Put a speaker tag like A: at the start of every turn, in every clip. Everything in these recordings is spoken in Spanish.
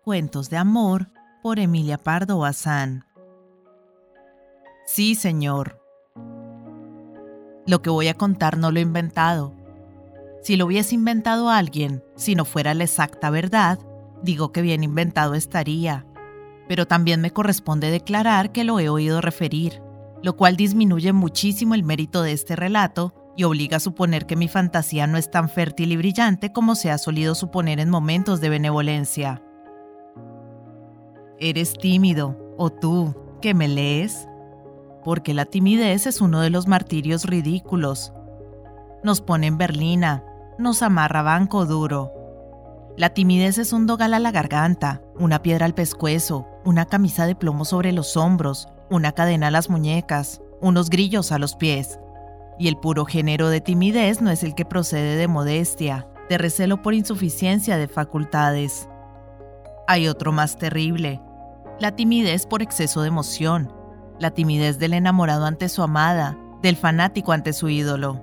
A: Cuentos de amor por Emilia Pardo Bazán. Sí, señor. Lo que voy a contar no lo he inventado. Si lo hubiese inventado alguien, si no fuera la exacta verdad, digo que bien inventado estaría. Pero también me corresponde declarar que lo he oído referir, lo cual disminuye muchísimo el mérito de este relato y obliga a suponer que mi fantasía no es tan fértil y brillante como se ha solido suponer en momentos de benevolencia. ¿Eres tímido, o tú, que me lees? Porque la timidez es uno de los martirios ridículos. Nos pone en berlina, nos amarra banco duro. La timidez es un dogal a la garganta, una piedra al pescuezo, una camisa de plomo sobre los hombros, una cadena a las muñecas, unos grillos a los pies. Y el puro género de timidez no es el que procede de modestia, de recelo por insuficiencia de facultades. Hay otro más terrible, la timidez por exceso de emoción, la timidez del enamorado ante su amada, del fanático ante su ídolo.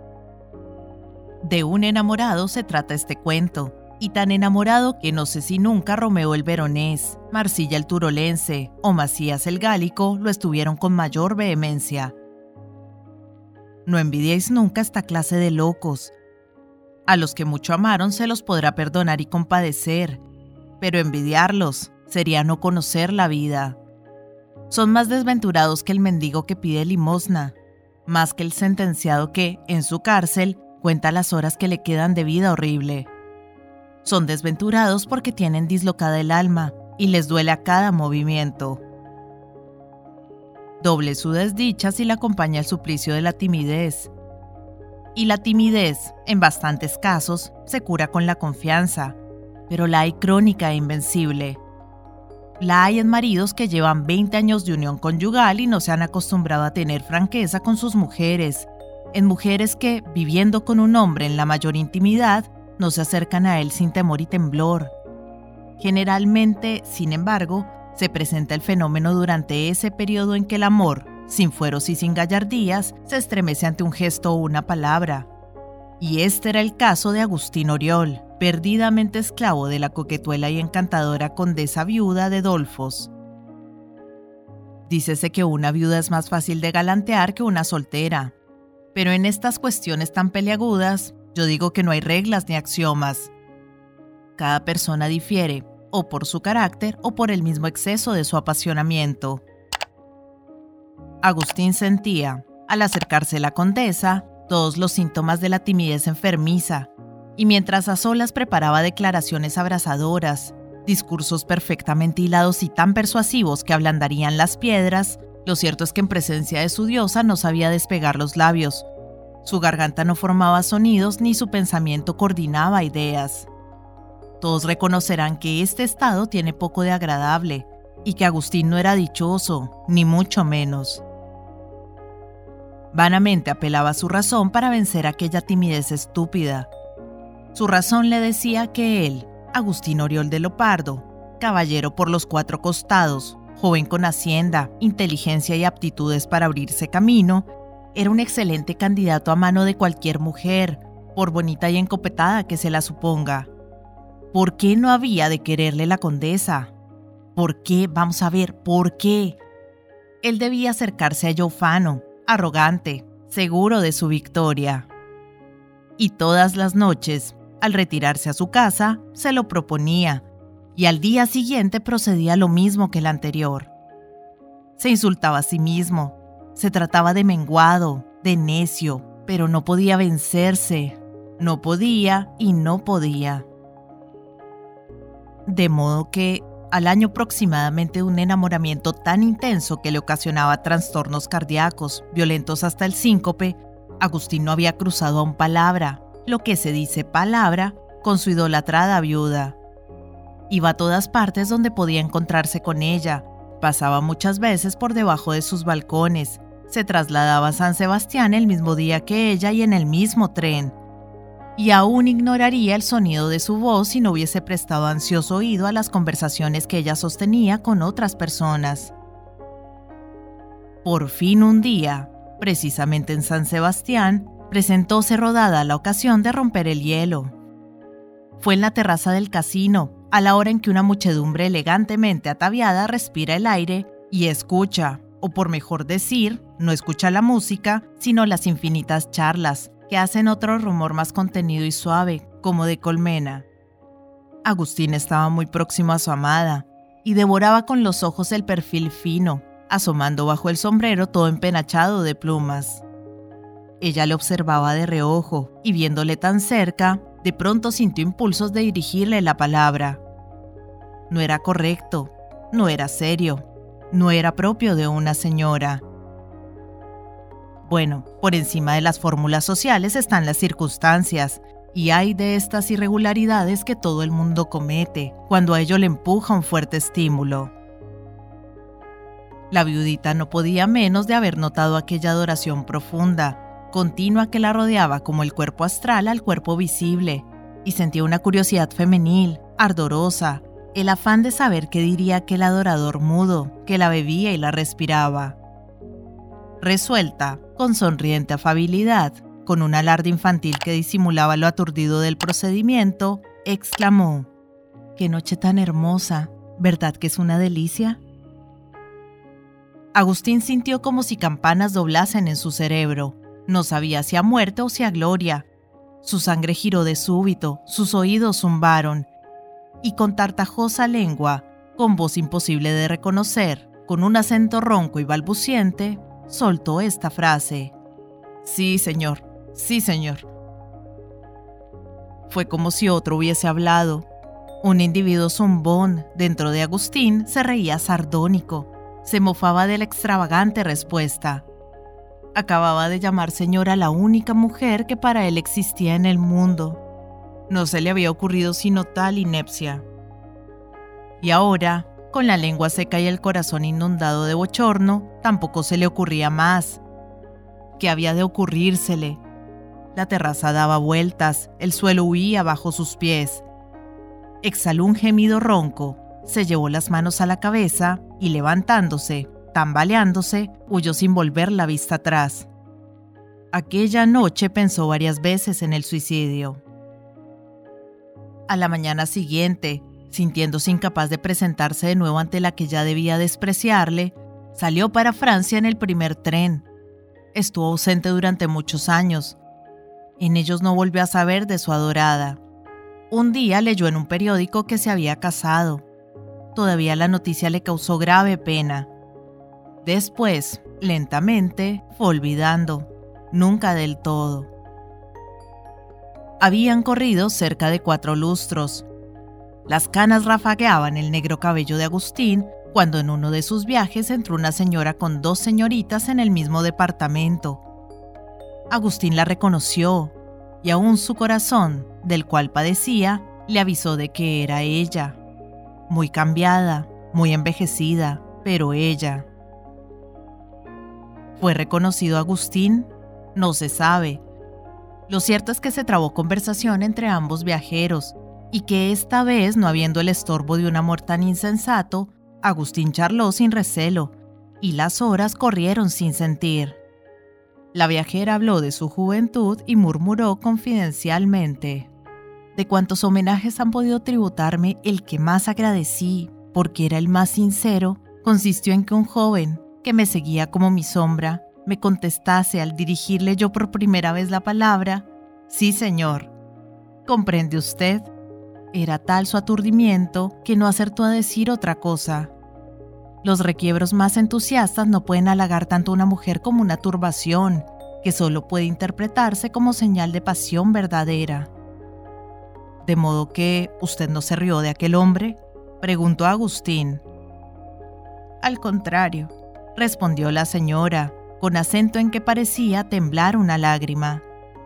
A: De un enamorado se trata este cuento, y tan enamorado que no sé si nunca Romeo el Veronés, Marsilla el Turolense o Macías el Gálico lo estuvieron con mayor vehemencia. No envidiéis nunca esta clase de locos. A los que mucho amaron se los podrá perdonar y compadecer, pero envidiarlos sería no conocer la vida. Son más desventurados que el mendigo que pide limosna, más que el sentenciado que, en su cárcel, cuenta las horas que le quedan de vida horrible. Son desventurados porque tienen dislocada el alma y les duele a cada movimiento. Doble su desdicha si la acompaña el suplicio de la timidez. Y la timidez, en bastantes casos, se cura con la confianza, pero la hay crónica e invencible. La hay en maridos que llevan 20 años de unión conyugal y no se han acostumbrado a tener franqueza con sus mujeres, en mujeres que, viviendo con un hombre en la mayor intimidad, no se acercan a él sin temor y temblor. Generalmente, sin embargo, se presenta el fenómeno durante ese periodo en que el amor, sin fueros y sin gallardías, se estremece ante un gesto o una palabra. Y este era el caso de Agustín Oriol, perdidamente esclavo de la coquetuela y encantadora condesa viuda de Dolfos. Dícese que una viuda es más fácil de galantear que una soltera, pero en estas cuestiones tan peliagudas, yo digo que no hay reglas ni axiomas. Cada persona difiere, o por su carácter o por el mismo exceso de su apasionamiento. Agustín sentía, al acercarse la condesa, todos los síntomas de la timidez enfermiza, y mientras a solas preparaba declaraciones abrasadoras, discursos perfectamente hilados y tan persuasivos que ablandarían las piedras, lo cierto es que en presencia de su diosa no sabía despegar los labios. Su garganta no formaba sonidos ni su pensamiento coordinaba ideas. Todos reconocerán que este estado tiene poco de agradable y que Agustín no era dichoso, ni mucho menos. Vanamente apelaba a su razón para vencer aquella timidez estúpida. Su razón le decía que él, Agustín Oriol de Lopardo, caballero por los 4 costados, joven con hacienda, inteligencia y aptitudes para abrirse camino, era un excelente candidato a mano de cualquier mujer, por bonita y encopetada que se la suponga. ¿Por qué no había de quererle la condesa? ¿Por qué? Vamos a ver, ¿por qué? Él debía acercarse a ella ufano, arrogante, seguro de su victoria. Y todas las noches, al retirarse a su casa, se lo proponía, y al día siguiente procedía lo mismo que el anterior. Se insultaba a sí mismo, se trataba de menguado, de necio, pero no podía vencerse, no podía y no podía. De modo que, al año aproximadamente de un enamoramiento tan intenso que le ocasionaba trastornos cardíacos, violentos hasta el síncope, Agustín no había cruzado aún palabra, lo que se dice palabra, con su idolatrada viuda. Iba a todas partes donde podía encontrarse con ella, pasaba muchas veces por debajo de sus balcones, se trasladaba a San Sebastián el mismo día que ella y en el mismo tren. Y aún ignoraría el sonido de su voz si no hubiese prestado ansioso oído a las conversaciones que ella sostenía con otras personas. Por fin un día, precisamente en San Sebastián, presentóse rodada la ocasión de romper el hielo. Fue en la terraza del casino, a la hora en que una muchedumbre elegantemente ataviada respira el aire y escucha, o por mejor decir, no escucha la música, sino las infinitas charlas, que hacen otro rumor más contenido y suave, como de colmena. Agustín estaba muy próximo a su amada, y devoraba con los ojos el perfil fino, asomando bajo el sombrero todo empenachado de plumas. Ella le observaba de reojo, y viéndole tan cerca, de pronto sintió impulsos de dirigirle la palabra. No era correcto, no era serio, no era propio de una señora. Bueno, por encima de las fórmulas sociales están las circunstancias, y hay de estas irregularidades que todo el mundo comete, cuando a ello le empuja un fuerte estímulo. La viudita no podía menos de haber notado aquella adoración profunda, continua que la rodeaba como el cuerpo astral al cuerpo visible, y sentía una curiosidad femenil, ardorosa, el afán de saber qué diría aquel adorador mudo, que la bebía y la respiraba. Resuelta, con sonriente afabilidad, con un alarde infantil que disimulaba lo aturdido del procedimiento, exclamó: «¡Qué noche tan hermosa! ¿Verdad que es una delicia?». Agustín sintió como si campanas doblasen en su cerebro. No sabía si a muerte o si a gloria. Su sangre giró de súbito, sus oídos zumbaron, y con tartajosa lengua, con voz imposible de reconocer, con un acento ronco y balbuciente, soltó esta frase: «Sí, señor, sí, señor». Fue como si otro hubiese hablado. Un individuo zumbón dentro de Agustín se reía sardónico, se mofaba de la extravagante respuesta. Acababa de llamar señora a la única mujer que para él existía en el mundo. No se le había ocurrido sino tal inepcia. Y ahora, con la lengua seca y el corazón inundado de bochorno, tampoco se le ocurría más. ¿Qué había de ocurrírsele? La terraza daba vueltas, el suelo huía bajo sus pies. Exhaló un gemido ronco, se llevó las manos a la cabeza y levantándose, tambaleándose, huyó sin volver la vista atrás. Aquella noche pensó varias veces en el suicidio. A la mañana siguiente, sintiéndose incapaz de presentarse de nuevo ante la que ya debía despreciarle, salió para Francia en el primer tren. Estuvo ausente durante muchos años. En ellos no volvió a saber de su adorada. Un día leyó en un periódico que se había casado. Todavía la noticia le causó grave pena. Después, lentamente, fue olvidando, nunca del todo. Habían corrido cerca de 4 lustros. Las canas rafagueaban el negro cabello de Agustín cuando en uno de sus viajes entró una señora con 2 señoritas en el mismo departamento. Agustín la reconoció, y aún su corazón, del cual padecía, le avisó de que era ella. Muy cambiada, muy envejecida, pero ella. ¿Fue reconocido Agustín? No se sabe. Lo cierto es que se trabó conversación entre ambos viajeros, y que esta vez, no habiendo el estorbo de un amor tan insensato, Agustín charló sin recelo, y las horas corrieron sin sentir. La viajera habló de su juventud y murmuró confidencialmente: «De cuantos homenajes han podido tributarme, el que más agradecí, porque era el más sincero, consistió en que un joven, que me seguía como mi sombra, me contestase al dirigirle yo por primera vez la palabra: sí, señor. ¿Comprende usted?». Era tal su aturdimiento que no acertó a decir otra cosa. Los requiebros más entusiastas no pueden halagar tanto a una mujer como una turbación, que solo puede interpretarse como señal de pasión verdadera. «¿De modo que usted no se rió de aquel hombre?», preguntó Agustín. «Al contrario», respondió la señora, con acento en que parecía temblar una lágrima.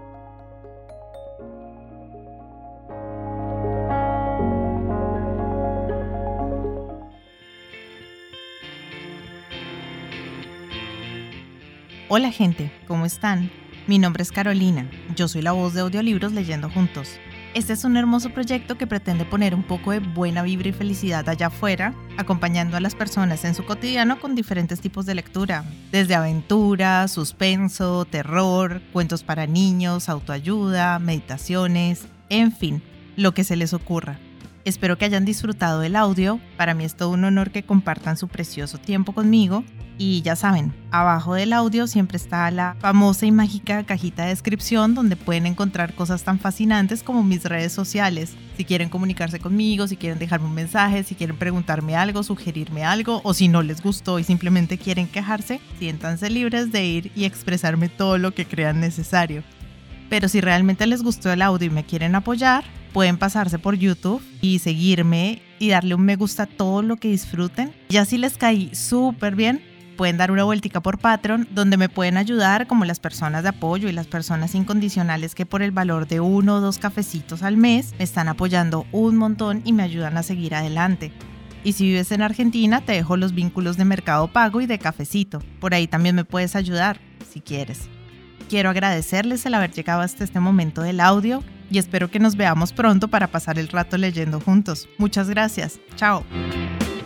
A: Hola gente, ¿cómo están? Mi nombre es Carolina, yo soy la voz de Audiolibros Leyendo Juntos. Este es un hermoso proyecto que pretende poner un poco de buena vibra y felicidad allá afuera, acompañando a las personas en su cotidiano con diferentes tipos de lectura, desde aventura, suspenso, terror, cuentos para niños, autoayuda, meditaciones, en fin, lo que se les ocurra. Espero que hayan disfrutado del audio. Para mí es todo un honor que compartan su precioso tiempo conmigo. Y ya saben, abajo del audio siempre está la famosa y mágica cajita de descripción donde pueden encontrar cosas tan fascinantes como mis redes sociales. Si quieren comunicarse conmigo, si quieren dejarme un mensaje, si quieren preguntarme algo, sugerirme algo, o si no les gustó y simplemente quieren quejarse, siéntanse libres de ir y expresarme todo lo que crean necesario. Pero si realmente les gustó el audio y me quieren apoyar, pueden pasarse por YouTube y seguirme y darle un me gusta a todo lo que disfruten. Ya si les caí súper bien, pueden dar una vueltica por Patreon, donde me pueden ayudar, como las personas de apoyo y las personas incondicionales que por el valor de 1 o 2 cafecitos al mes me están apoyando un montón y me ayudan a seguir adelante. Y si vives en Argentina, te dejo los vínculos de Mercado Pago y de Cafecito. Por ahí también me puedes ayudar, si quieres. Quiero agradecerles el haber llegado hasta este momento del audio y espero que nos veamos pronto para pasar el rato leyendo juntos. Muchas gracias. Chao.